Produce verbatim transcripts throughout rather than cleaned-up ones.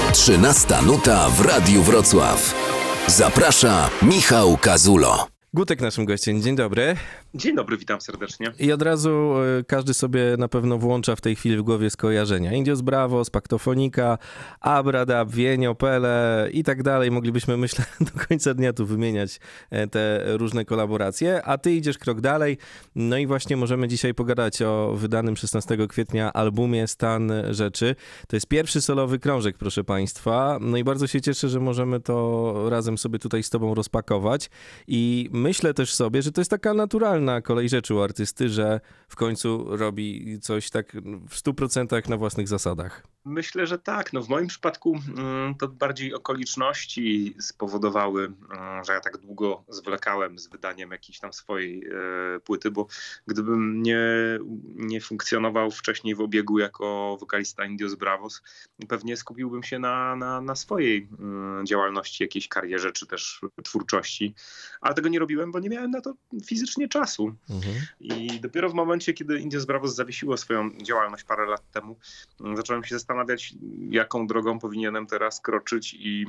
Trzynasta nuta w Radiu Wrocław. Zaprasza Michał Kazulo. Gutek naszym gościem. Dzień dobry. Dzień dobry, witam serdecznie. I od razu y, każdy sobie na pewno włącza w tej chwili w głowie skojarzenia. Indios Bravos, Paktofonika, Abradab, Wienio, Pele i tak dalej. Moglibyśmy, myślę, do końca dnia tu wymieniać te różne kolaboracje. A ty idziesz krok dalej. No i właśnie możemy dzisiaj pogadać o wydanym szesnastego kwietnia albumie Stan Rzeczy. To jest pierwszy solowy krążek, proszę państwa. No i bardzo się cieszę, że możemy to razem sobie tutaj z tobą rozpakować. I myślę też sobie, że to jest taka naturalna kolej rzeczy u artysty, że w końcu robi coś tak w stu procentach na własnych zasadach. Myślę, że tak. No w moim przypadku to bardziej okoliczności spowodowały, że ja tak długo zwlekałem z wydaniem jakiejś tam swojej płyty, bo gdybym nie, nie funkcjonował wcześniej w obiegu jako wokalista Indios Bravos, pewnie skupiłbym się na, na, na swojej działalności, jakiejś karierze, czy też twórczości. Ale tego nie robiłem, bo nie miałem na to fizycznie czasu. Mhm. I dopiero w momencie, kiedy Indios Bravos zawiesiło swoją działalność parę lat temu, zacząłem się zastanawiać, jaką drogą powinienem teraz kroczyć i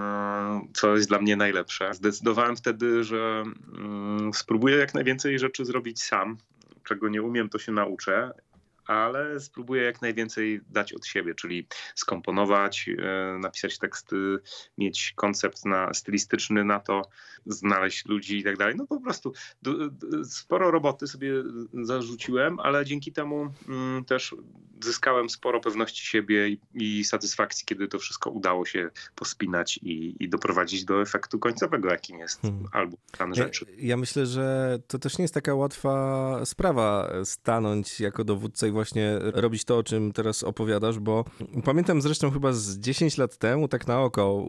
yy, co jest dla mnie najlepsze. Zdecydowałem wtedy, że yy, spróbuję jak najwięcej rzeczy zrobić sam. Czego nie umiem, to się nauczę. Ale spróbuję jak najwięcej dać od siebie, czyli skomponować, napisać teksty, mieć koncept na, stylistyczny na to, znaleźć ludzi i tak dalej. No po prostu do, do, sporo roboty sobie zarzuciłem, ale dzięki temu mm, też zyskałem sporo pewności siebie i, i satysfakcji, kiedy to wszystko udało się pospinać i, i doprowadzić do efektu końcowego, jakim jest hmm. album Stan Rzeczy. Ja, ja myślę, że to też nie jest taka łatwa sprawa stanąć jako dowódca i właśnie robić to, o czym teraz opowiadasz, bo pamiętam zresztą chyba z dziesięć lat temu, tak na oko,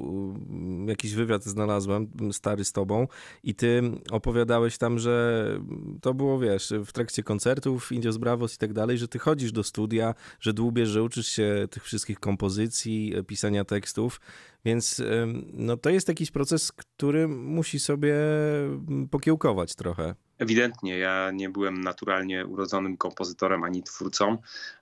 jakiś wywiad znalazłem, stary z tobą i ty opowiadałeś tam, że to było, wiesz, w trakcie koncertów Indios Bravos i tak dalej, że ty chodzisz do studia, że dłubiesz, że uczysz się tych wszystkich kompozycji, pisania tekstów, więc no, to jest jakiś proces, który musi sobie pokiełkować trochę. Ewidentnie, ja nie byłem naturalnie urodzonym kompozytorem ani twórcą,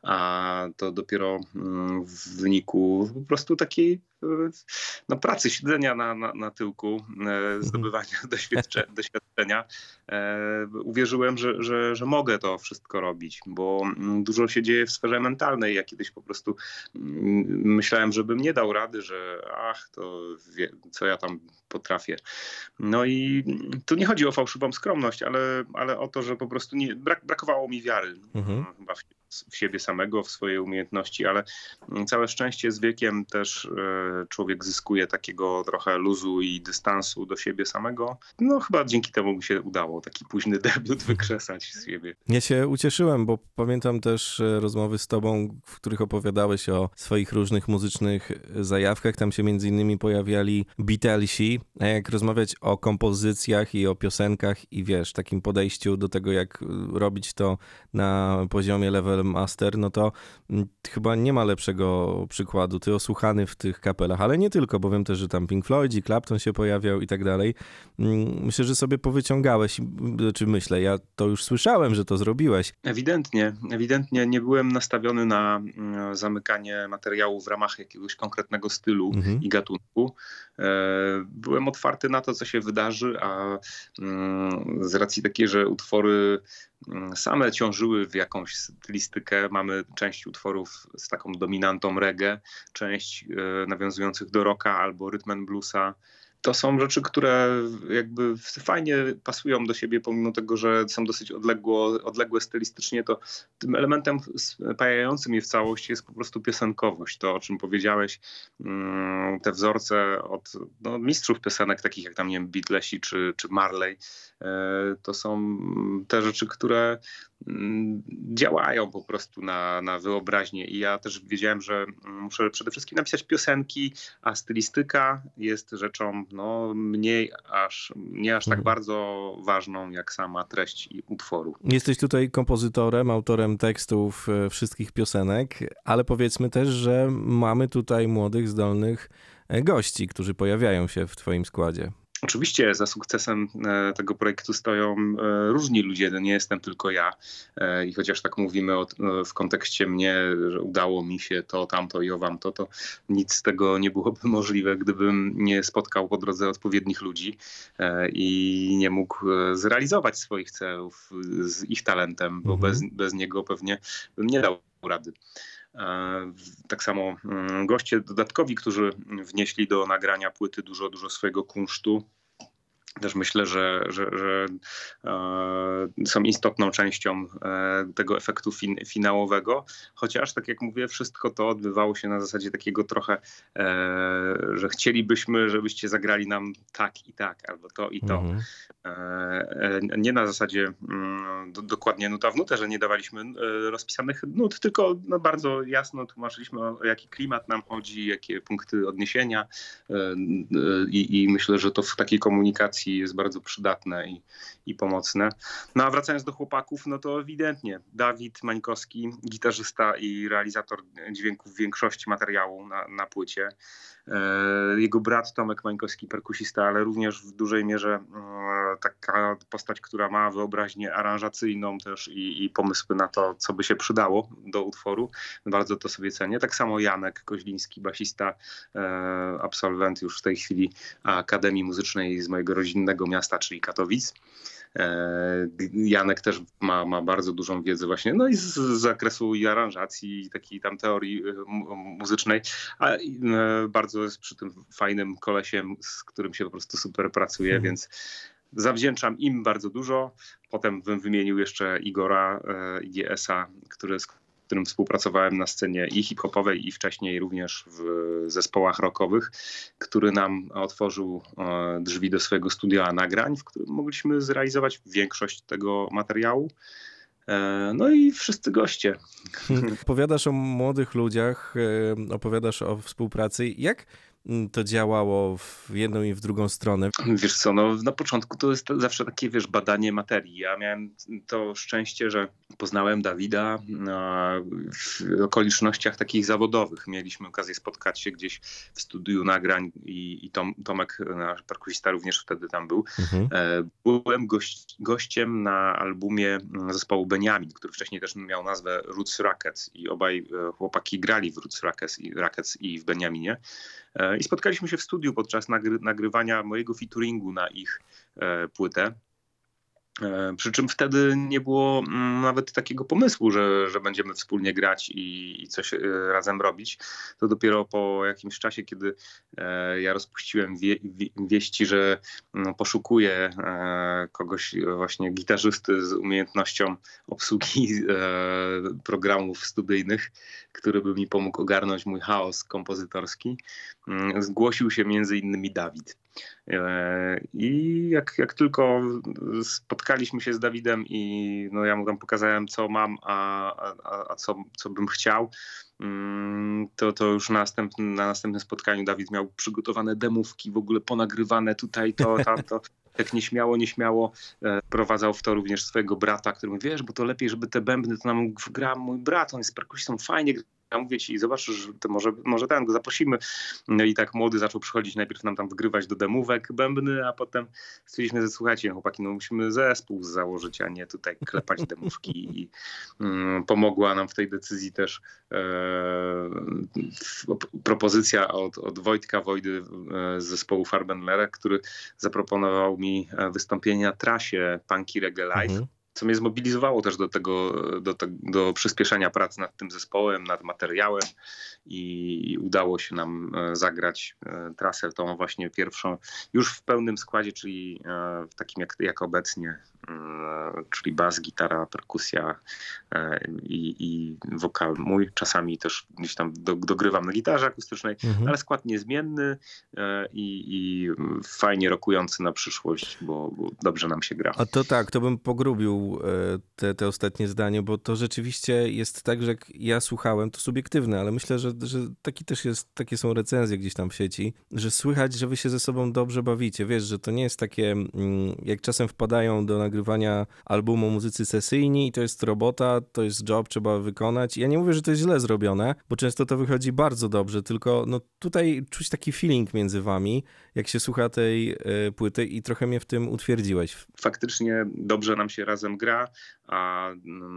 a to dopiero w wyniku po prostu takiej no, pracy, siedzenia na, na, na tyłku, zdobywania doświadcze, doświadczenia. Uwierzyłem, że, że, że mogę to wszystko robić, bo dużo się dzieje w sferze mentalnej. Ja kiedyś po prostu myślałem, że bym nie dał rady, że ach, to wie, co ja tam potrafię. No i tu nie chodzi o fałszywą skromność, ale, ale o to, że po prostu nie, brak, brakowało mi wiary mhm. chyba w, w siebie samego, w swoje umiejętności, ale całe szczęście z wiekiem też e, człowiek zyskuje takiego trochę luzu i dystansu do siebie samego. No chyba dzięki temu mi się udało taki późny debiut wykrzesać z siebie. Ja się ucieszyłem, bo pamiętam też rozmowy z tobą, w których opowiadałeś o swoich różnych muzycznych zajawkach. Tam się między innymi pojawiali Beatlesi, a jak rozmawiać o kompozycjach i o piosenkach i wiesz, takim podejściu do tego, jak robić to na poziomie level master, no to chyba nie ma lepszego przykładu. Ty osłuchany w tych kapelach, ale nie tylko, bo wiem też, że tam Pink Floyd i Clapton się pojawiał i tak dalej. Myślę, że sobie powyciągałeś, czy myślę, ja to już słyszałem, że to zrobiłeś. Ewidentnie, ewidentnie nie byłem nastawiony na zamykanie materiału w ramach jakiegoś konkretnego stylu mhm. i gatunku. Byłem otwarty na to, co się wydarzy, a z racji takiej, że utwory same ciążyły w jakąś stylistykę. Mamy część utworów z taką dominantą reggae, część nawiązujących do rocka albo rhythm and bluesa. To są rzeczy, które jakby fajnie pasują do siebie, pomimo tego, że są dosyć odległo, odległe stylistycznie, to tym elementem spajającym je w całość jest po prostu piosenkowość. To, o czym powiedziałeś, te wzorce od no, mistrzów piosenek, takich jak tam, nie wiem, Beatlesi czy, czy Marley, to są te rzeczy, które działają po prostu na, na wyobraźnię i ja też wiedziałem, że muszę przede wszystkim napisać piosenki, a stylistyka jest rzeczą no, mniej aż, nie aż tak bardzo ważną jak sama treść utworu. Jesteś tutaj kompozytorem, autorem tekstów wszystkich piosenek, ale powiedzmy też, że mamy tutaj młodych, zdolnych gości, którzy pojawiają się w twoim składzie. Oczywiście za sukcesem tego projektu stoją różni ludzie, to nie jestem tylko ja. I chociaż tak mówimy o, w kontekście mnie, że udało mi się to, tamto i owam to, to nic z tego nie byłoby możliwe, gdybym nie spotkał po drodze odpowiednich ludzi i nie mógł zrealizować swoich celów z ich talentem, bo mhm. bez, bez niego pewnie bym nie dał rady. Tak samo goście dodatkowi, którzy wnieśli do nagrania płyty dużo, dużo swojego kunsztu. Też myślę, że, że, że e, są istotną częścią e, tego efektu fin, finałowego, chociaż tak jak mówię, wszystko to odbywało się na zasadzie takiego trochę, e, że chcielibyśmy, żebyście zagrali nam tak i tak, albo to i to. Mhm. E, nie na zasadzie mm, do, dokładnie nuta w nutę, że nie dawaliśmy e, rozpisanych nut, tylko no, bardzo jasno tłumaczyliśmy, o jaki klimat nam chodzi, jakie punkty odniesienia e, e, i, i myślę, że to w takiej komunikacji jest bardzo przydatne i, i pomocne. No a wracając do chłopaków, no to ewidentnie Dawid Mańkowski, gitarzysta i realizator dźwięków większości materiału na, na płycie. Jego brat Tomek Mańkowski, perkusista, ale również w dużej mierze taka postać, która ma wyobraźnię aranżacyjną też i, i pomysły na to, co by się przydało do utworu. Bardzo to sobie cenię. Tak samo Janek Koźliński, basista, absolwent już w tej chwili Akademii Muzycznej z mojego rodzinnego miasta, czyli Katowic. Janek też ma, ma bardzo dużą wiedzę właśnie no i z, z zakresu i aranżacji i takiej tam teorii muzycznej, a bardzo jest przy tym fajnym kolesiem, z którym się po prostu super pracuje, hmm. więc zawdzięczam im bardzo dużo. Potem bym wymienił jeszcze Igora I G S-a, który z którym współpracowałem na scenie i hip-hopowej, i wcześniej również w zespołach rockowych, który nam otworzył drzwi do swojego studia nagrań, w którym mogliśmy zrealizować większość tego materiału. No i wszyscy goście. Opowiadasz o młodych ludziach, opowiadasz o współpracy. Jak to działało w jedną i w drugą stronę? Wiesz co, no na początku to jest zawsze takie, wiesz, badanie materii. Ja miałem to szczęście, że poznałem Dawida w okolicznościach takich zawodowych. Mieliśmy okazję spotkać się gdzieś w studiu nagrań i, i Tom, Tomek, nasz perkusista, również wtedy tam był. Mhm. Byłem gość, gościem na albumie zespołu Beniamin, który wcześniej też miał nazwę Roots Rackets i obaj chłopaki grali w Roots Rackets i, Rackets i w Beniaminie. I spotkaliśmy się w studiu podczas nagry- nagrywania mojego featuringu na ich e, płytę. E, przy czym wtedy nie było m, nawet takiego pomysłu, że, że będziemy wspólnie grać i, i coś e, razem robić. To dopiero po jakimś czasie, kiedy e, ja rozpuściłem wie, wie, wieści, że no, poszukuję e, kogoś właśnie gitarzysty z umiejętnością obsługi e, programów studyjnych, który by mi pomógł ogarnąć mój chaos kompozytorski. Zgłosił się między innymi Dawid. I jak, jak tylko spotkaliśmy się z Dawidem i no ja mu tam pokazałem, co mam, a, a, a co, co bym chciał, to, to już na następnym, na następnym spotkaniu Dawid miał przygotowane demówki, w ogóle ponagrywane tutaj to, tamto. Jak nieśmiało, nieśmiało e, prowadzał w to również swojego brata, który mówi, wiesz, bo to lepiej, żeby te bębny to nam gra mój brat, on jest perkusistą, fajnie. Ja mówię ci, zobaczysz, że to może, może ten, go zaprosimy. No i tak młody zaczął przychodzić, najpierw nam tam wgrywać do demówek bębny, a potem stwierdziliśmy, że słuchajcie, chłopaki, no musimy zespół założyć, a nie tutaj klepać demówki. I mm, pomogła nam w tej decyzji też e, propozycja od, od Wojtka Wojdy e, z zespołu Farbenlera, który zaproponował mi wystąpienie na trasie Punky Reggae Live. Mhm. Co mnie zmobilizowało też do tego, do, do, do przyspieszenia pracy nad tym zespołem, nad materiałem i udało się nam zagrać trasę tą właśnie pierwszą już w pełnym składzie, czyli w takim jak, jak obecnie, czyli bas, gitara, perkusja i, i wokal mój. Czasami też gdzieś tam do, dogrywam na gitarze akustycznej, mhm. ale skład niezmienny i, i fajnie rokujący na przyszłość, bo, bo dobrze nam się gra. A to tak, to bym pogrubił te, te ostatnie zdanie, bo to rzeczywiście jest tak, że jak ja słuchałem, to subiektywne, ale myślę, że, że taki też jest, takie są recenzje gdzieś tam w sieci, że słychać, że wy się ze sobą dobrze bawicie. Wiesz, że to nie jest takie, jak czasem wpadają do nagrywania nagrywania albumu o muzycy sesyjni i to jest robota, to jest job, trzeba wykonać. Ja nie mówię, że to jest źle zrobione, bo często to wychodzi bardzo dobrze, tylko no tutaj czuć taki feeling między wami, jak się słucha tej y, płyty i trochę mnie w tym utwierdziłeś. Faktycznie dobrze nam się razem gra, a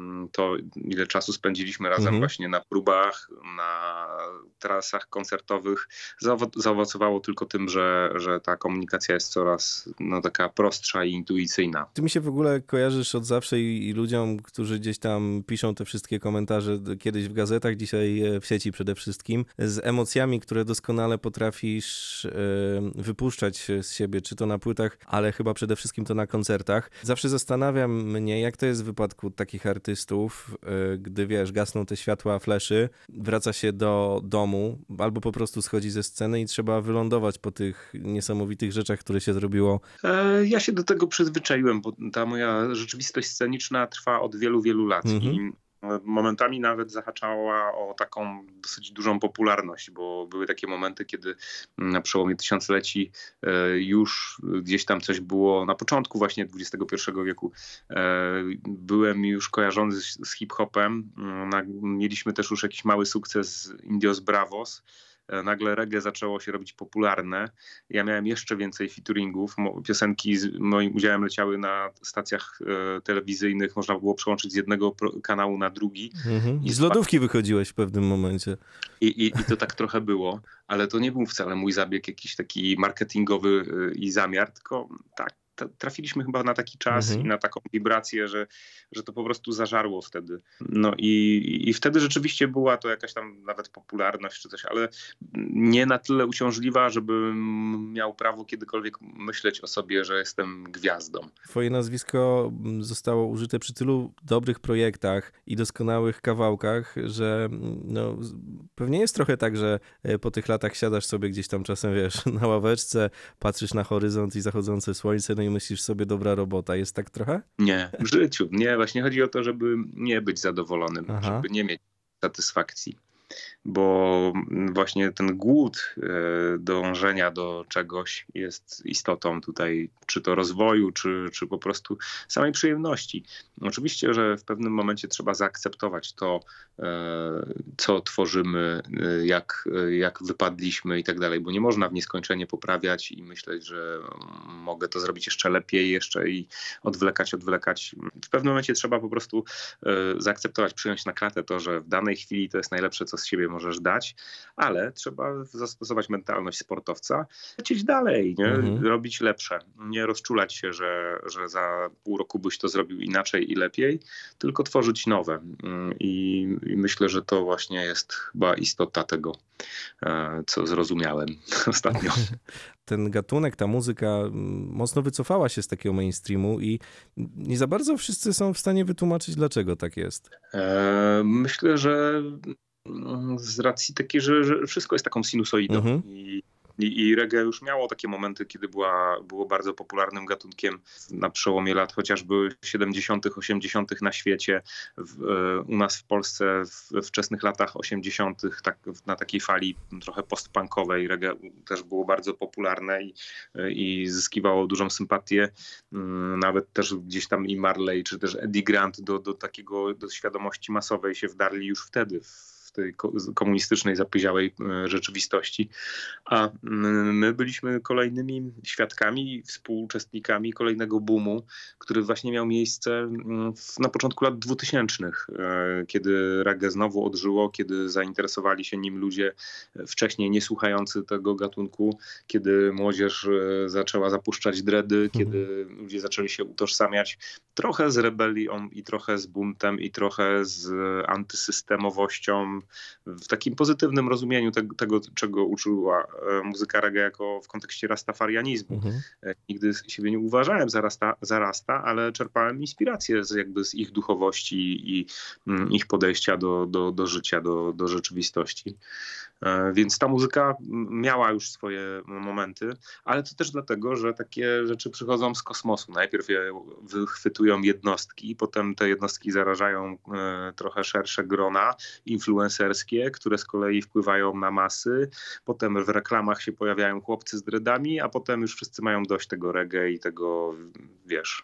to ile czasu spędziliśmy razem Mhm. właśnie na próbach, na trasach koncertowych, zaowo- zaowocowało tylko tym, że, że ta komunikacja jest coraz no, taka prostsza i intuicyjna. Ty mi się w ogóle kojarzysz od zawsze i, i ludziom, którzy gdzieś tam piszą te wszystkie komentarze kiedyś w gazetach, dzisiaj w sieci przede wszystkim, z emocjami, które doskonale potrafisz y, wypuszczać z siebie, czy to na płytach, ale chyba przede wszystkim to na koncertach. Zawsze zastanawiam mnie, jak to jest w wypadku takich artystów, y, gdy wiesz, gasną te światła fleszy, wraca się do domu albo po prostu schodzi ze sceny i trzeba wylądować po tych niesamowitych rzeczach, które się zrobiło. E, Ja się do tego przyzwyczaiłem, bo ta moja rzeczywistość sceniczna trwa od wielu, wielu lat Mhm. i momentami nawet zahaczała o taką dosyć dużą popularność, bo były takie momenty, kiedy na przełomie tysiącleci e, już gdzieś tam coś było na początku właśnie dwudziestego pierwszego wieku. E, Byłem już kojarzony z, z hip-hopem. Na- Mieliśmy też już jakiś mały sukces z Indios Bravos. E, Nagle reggae zaczęło się robić popularne. Ja miałem jeszcze więcej featuringów. Mo- Piosenki z moim udziałem leciały na stacjach e, telewizyjnych. Można było przełączyć z jednego pro- kanału na drugi. Mhm. I I z lodówki wychodziłeś w pewnym momencie. I, i, I to tak trochę było, ale to nie był wcale mój zabieg jakiś taki marketingowy y, i zamiar, tylko tak, ta- trafiliśmy chyba na taki czas Mhm. i na taką wibrację, że, że to po prostu zażarło wtedy. No i, i wtedy rzeczywiście była to jakaś tam nawet popularność czy coś, ale nie na tyle uciążliwa, żebym miał prawo kiedykolwiek myśleć o sobie, że jestem gwiazdą. Twoje nazwisko zostało użyte przy tylu dobrych projektach i doskonałych kawałkach, że no, z- pewnie jest trochę tak, że e, po tych latach siadasz sobie gdzieś tam czasem, wiesz, na ławeczce, patrzysz na horyzont i zachodzące słońce, no i myślisz sobie, dobra robota. Jest tak trochę? Nie, w życiu. Nie, właśnie chodzi o to, żeby nie być zadowolonym, Aha. żeby nie mieć satysfakcji. Bo właśnie ten głód e, dążenia do czegoś jest istotą tutaj, czy to rozwoju, czy, czy po prostu samej przyjemności. Oczywiście, że w pewnym momencie trzeba zaakceptować to, e, co tworzymy, e, jak, e, jak wypadliśmy i tak dalej, bo nie można w nieskończenie poprawiać i myśleć, że mm, mogę to zrobić jeszcze lepiej, jeszcze i odwlekać, odwlekać. W pewnym momencie trzeba po prostu e, zaakceptować, przyjąć na klatę to, że w danej chwili to jest najlepsze, co z siebie możesz dać, ale trzeba zastosować mentalność sportowca, lecieć dalej, nie? Mhm. Robić lepsze. Nie rozczulać się, że, że za pół roku byś to zrobił inaczej i lepiej, tylko tworzyć nowe. I, i myślę, że to właśnie jest chyba istota tego, e, co zrozumiałem ostatnio. Ten gatunek, ta muzyka mm, mocno wycofała się z takiego mainstreamu i nie za bardzo wszyscy są w stanie wytłumaczyć, dlaczego tak jest. E, Myślę, że mm, z racji takiej, że, że wszystko jest taką sinusoidą. Mhm. I, i, I reggae już miało takie momenty, kiedy była, było bardzo popularnym gatunkiem na przełomie lat chociażby siedemdziesiątych, osiemdziesiątych na świecie. W, e, u nas w Polsce w wczesnych latach osiemdziesiątych tak, na takiej fali trochę postpunkowej reggae też było bardzo popularne i, i zyskiwało dużą sympatię. Mm, Nawet też gdzieś tam i Marley czy też Eddie Grant do, do takiego do świadomości masowej się wdarli już wtedy w tej ko- komunistycznej, zapyziałej e, rzeczywistości. A mm, my byliśmy kolejnymi świadkami i współuczestnikami kolejnego boomu, który właśnie miał miejsce mm, w, na początku lat dwutysięcznych, e, kiedy reggae znowu odżyło, kiedy zainteresowali się nim ludzie wcześniej nie słuchający tego gatunku, kiedy młodzież e, zaczęła zapuszczać dredy, kiedy ludzie zaczęli się utożsamiać trochę z rebelią i trochę z buntem i trochę z antysystemowością w takim pozytywnym rozumieniu tego, tego czego uczyła e, muzyka reggae jako w kontekście rastafarianizmu. Mhm. E, Nigdy siebie nie uważałem za rasta, za rasta, ale czerpałem inspirację z, jakby z ich duchowości i mm, ich podejścia do, do, do życia, do, do rzeczywistości. E, Więc ta muzyka miała już swoje momenty, ale to też dlatego, że takie rzeczy przychodzą z kosmosu. Najpierw je wychwytuje emitują jednostki, potem te jednostki zarażają trochę szersze grona influencerskie, które z kolei wpływają na masy, potem w reklamach się pojawiają chłopcy z dreadami, a potem już wszyscy mają dość tego reggae i tego, wiesz...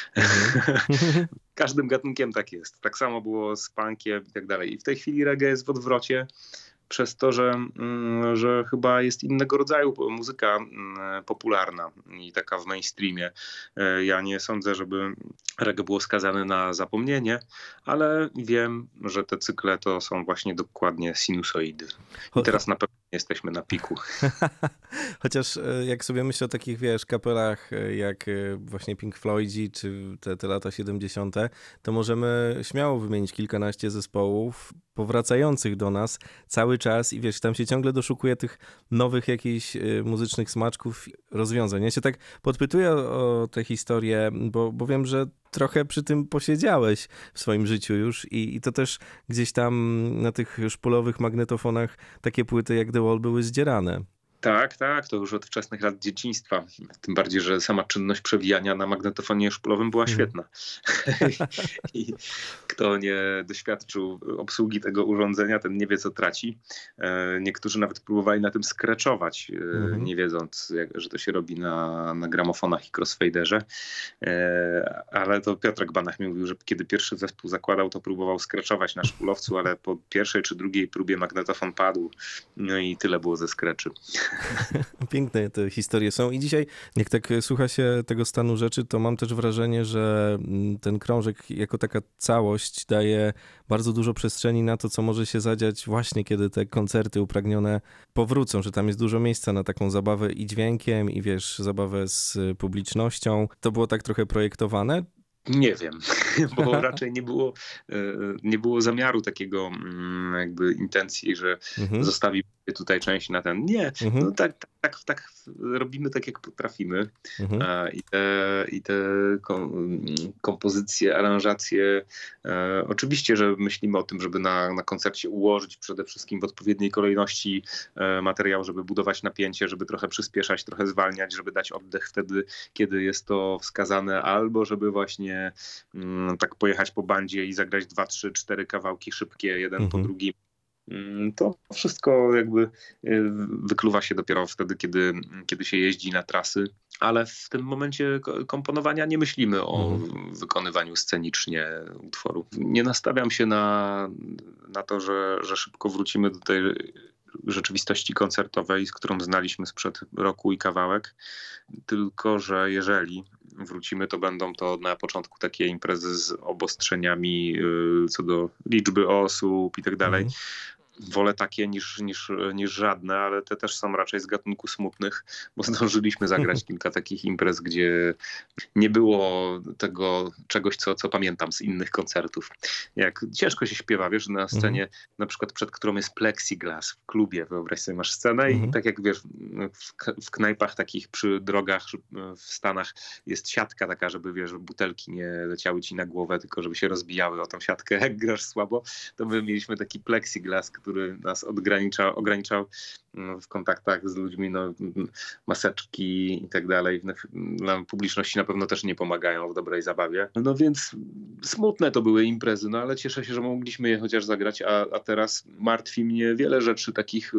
Każdym gatunkiem tak jest. Tak samo było z punkiem i tak dalej. I w tej chwili reggae jest w odwrocie przez to, że, że chyba jest innego rodzaju muzyka popularna i taka w mainstreamie. Ja nie sądzę, żeby reggae było skazane na zapomnienie, ale wiem, że te cykle to są właśnie dokładnie sinusoidy. I teraz na pewno jesteśmy na piku. Chociaż jak sobie myślę o takich, wiesz, kapelach jak właśnie Pink Floydzi, czy te, te lata siedemdziesiąte, to możemy śmiało wymienić kilkanaście zespołów powracających do nas cały czas i wiesz, tam się ciągle doszukuje tych nowych jakichś muzycznych smaczków, rozwiązań. Ja się tak podpytuję o, o tę historię, bo, bo wiem, że trochę przy tym posiedziałeś w swoim życiu już i, i to też gdzieś tam na tych szpulowych magnetofonach takie płyty jak The Wall były zdzierane. Tak, tak, to już od wczesnych lat dzieciństwa. Tym bardziej, że sama czynność przewijania na magnetofonie szpulowym była świetna. I kto nie doświadczył obsługi tego urządzenia, ten nie wie, co traci. Niektórzy nawet próbowali na tym skreczować, mhm. nie wiedząc, jak, że to się robi na, na gramofonach i crossfaderze. Ale to Piotrek Banach mi mówił, że kiedy pierwszy zespół zakładał, to próbował skreczować na szpulowcu, ale po pierwszej czy drugiej próbie magnetofon padł. No i tyle było ze skreczy. Piękne te historie są i dzisiaj, jak tak słucha się tego stanu rzeczy, to mam też wrażenie, że ten krążek jako taka całość daje bardzo dużo przestrzeni na to, co może się zadziać właśnie, kiedy te koncerty upragnione powrócą, że tam jest dużo miejsca na taką zabawę i dźwiękiem, i wiesz, zabawę z publicznością. To było tak trochę projektowane? Nie wiem, bo raczej nie było, nie było zamiaru takiego jakby intencji, że mhm. zostawi tutaj część na ten. Nie, mhm. no tak, tak, tak robimy tak, jak potrafimy. Mhm. I te, i te kompozycje, aranżacje, e, oczywiście, że myślimy o tym, żeby na, na koncercie ułożyć przede wszystkim w odpowiedniej kolejności e, materiał, żeby budować napięcie, żeby trochę przyspieszać, trochę zwalniać, żeby dać oddech wtedy, kiedy jest to wskazane, albo żeby właśnie mm, tak pojechać po bandzie i zagrać dwa, trzy, cztery kawałki szybkie, jeden mhm. po drugim. To wszystko jakby wykluwa się dopiero wtedy, kiedy, kiedy się jeździ na trasy, ale w tym momencie komponowania nie myślimy o mhm. wykonywaniu scenicznie utworu. Nie nastawiam się na, na to, że, że szybko wrócimy do tej rzeczywistości koncertowej, z którą znaliśmy sprzed roku i kawałek, tylko że jeżeli wrócimy, to będą to na początku takie imprezy z obostrzeniami co do liczby osób i tak dalej. Mhm. Wolę takie niż, niż, niż żadne, ale te też są raczej z gatunku smutnych, bo zdążyliśmy zagrać kilka takich imprez, gdzie nie było tego czegoś, co, co pamiętam z innych koncertów. Jak ciężko się śpiewa, wiesz, na scenie, mhm. na przykład przed którą jest plexiglas w klubie, wyobraź sobie, masz scenę mhm. i tak jak wiesz, w, w knajpach takich przy drogach w Stanach jest siatka taka, żeby wiesz, butelki nie leciały ci na głowę, tylko żeby się rozbijały o tą siatkę, jak grasz słabo, to my mieliśmy taki plexiglas, który nas ograniczał, ograniczał w kontaktach z ludźmi, no, maseczki i tak dalej. Dla publiczności na pewno też nie pomagają w dobrej zabawie. No więc smutne to były imprezy, no ale cieszę się, że mogliśmy je chociaż zagrać, a, a teraz martwi mnie wiele rzeczy takich,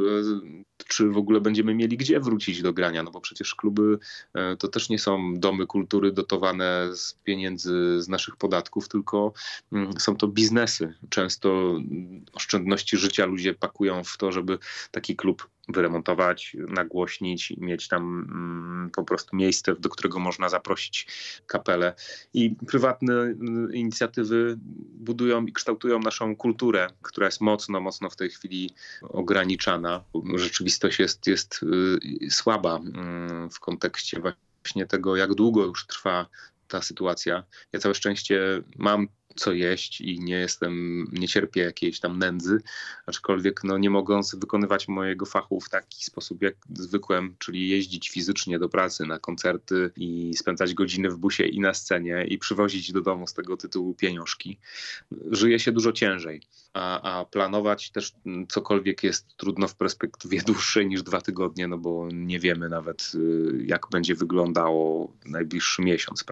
czy w ogóle będziemy mieli gdzie wrócić do grania, no bo przecież kluby to też nie są domy kultury dotowane z pieniędzy z naszych podatków, tylko są to biznesy. Często oszczędności życia ludzie pakują w to, żeby taki klub wyremontować, nagłośnić i mieć tam mm, po prostu miejsce, do którego można zaprosić kapelę. I prywatne inicjatywy budują i kształtują naszą kulturę, która jest mocno, mocno w tej chwili ograniczana. Rzeczywistość jest, jest y, słaba y, w kontekście właśnie tego, jak długo już trwa ta sytuacja. Ja całe szczęście mam co jeść i nie jestem, nie cierpię jakiejś tam nędzy, aczkolwiek no, nie mogąc wykonywać mojego fachu w taki sposób jak zwykłem, czyli jeździć fizycznie do pracy na koncerty i spędzać godziny w busie i na scenie i przywozić do domu z tego tytułu pieniążki, żyje się dużo ciężej, a, a planować też cokolwiek jest trudno w perspektywie dłuższej niż dwa tygodnie, no bo nie wiemy nawet jak będzie wyglądało najbliższy miesiąc, prawda?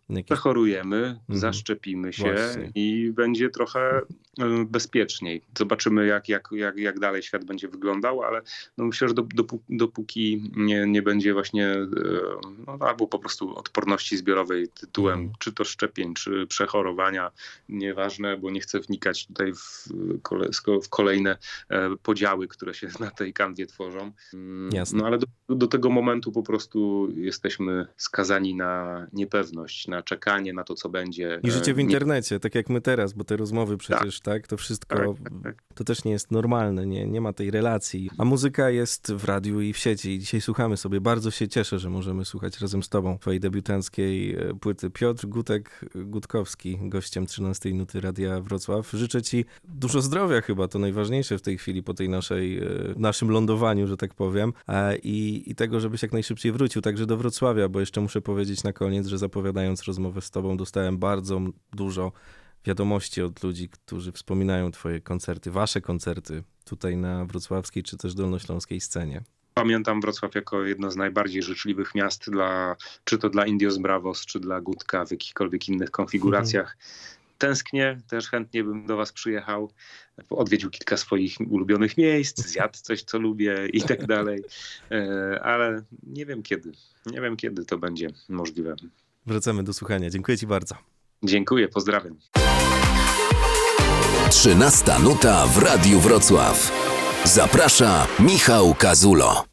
Jakieś... Przechorujemy, Mhm. zaszczepimy się Właśnie. i będzie trochę y, bezpieczniej. Zobaczymy, jak, jak, jak, jak dalej świat będzie wyglądał, ale no myślę, że dopó- dopóki nie, nie będzie właśnie y, no, albo po prostu odporności zbiorowej tytułem Mhm. czy to szczepień, czy przechorowania, nieważne, bo nie chcę wnikać tutaj w, kole, w kolejne e, podziały, które się na tej kanwie tworzą. Mm, Jasne. No ale do, do tego momentu po prostu jesteśmy skazani na niepewność, na czekanie na to, co będzie. I życie w Nie- internecie, tak jak my teraz, bo te rozmowy przecież, tak, to wszystko, Tak, tak, tak. to też nie jest normalne, nie, nie ma tej relacji. A muzyka jest w radiu i w sieci i dzisiaj słuchamy sobie. Bardzo się cieszę, że możemy słuchać razem z tobą twojej debiutanckiej e, płyty. Piotr Gutek-Gutkowski, gościem trzynastej Nuty Radia Wrocław. Życzę ci dużo zdrowia chyba, to najważniejsze w tej chwili po tej naszej, e, naszym lądowaniu, że tak powiem, e, i, i tego, żebyś jak najszybciej wrócił, także do Wrocławia, bo jeszcze muszę powiedzieć na koniec, że zapowiadając rozmowę z tobą dostałem bardzo dużo wiadomości od ludzi, którzy wspominają twoje koncerty, wasze koncerty tutaj na wrocławskiej czy też dolnośląskiej scenie. Pamiętam Wrocław jako jedno z najbardziej życzliwych miast, dla, czy to dla Indios Bravos, czy dla Gutka w jakichkolwiek innych konfiguracjach. Tęsknię, też chętnie bym do was przyjechał, odwiedził kilka swoich ulubionych miejsc, zjadł coś, co lubię i tak dalej, E, ale nie wiem kiedy, nie wiem kiedy to będzie możliwe. Wracamy do słuchania. Dziękuję ci bardzo. Dziękuję, pozdrawiam. trzynasta nuta w Radiu Wrocław. Zaprasza Michał Kazulo.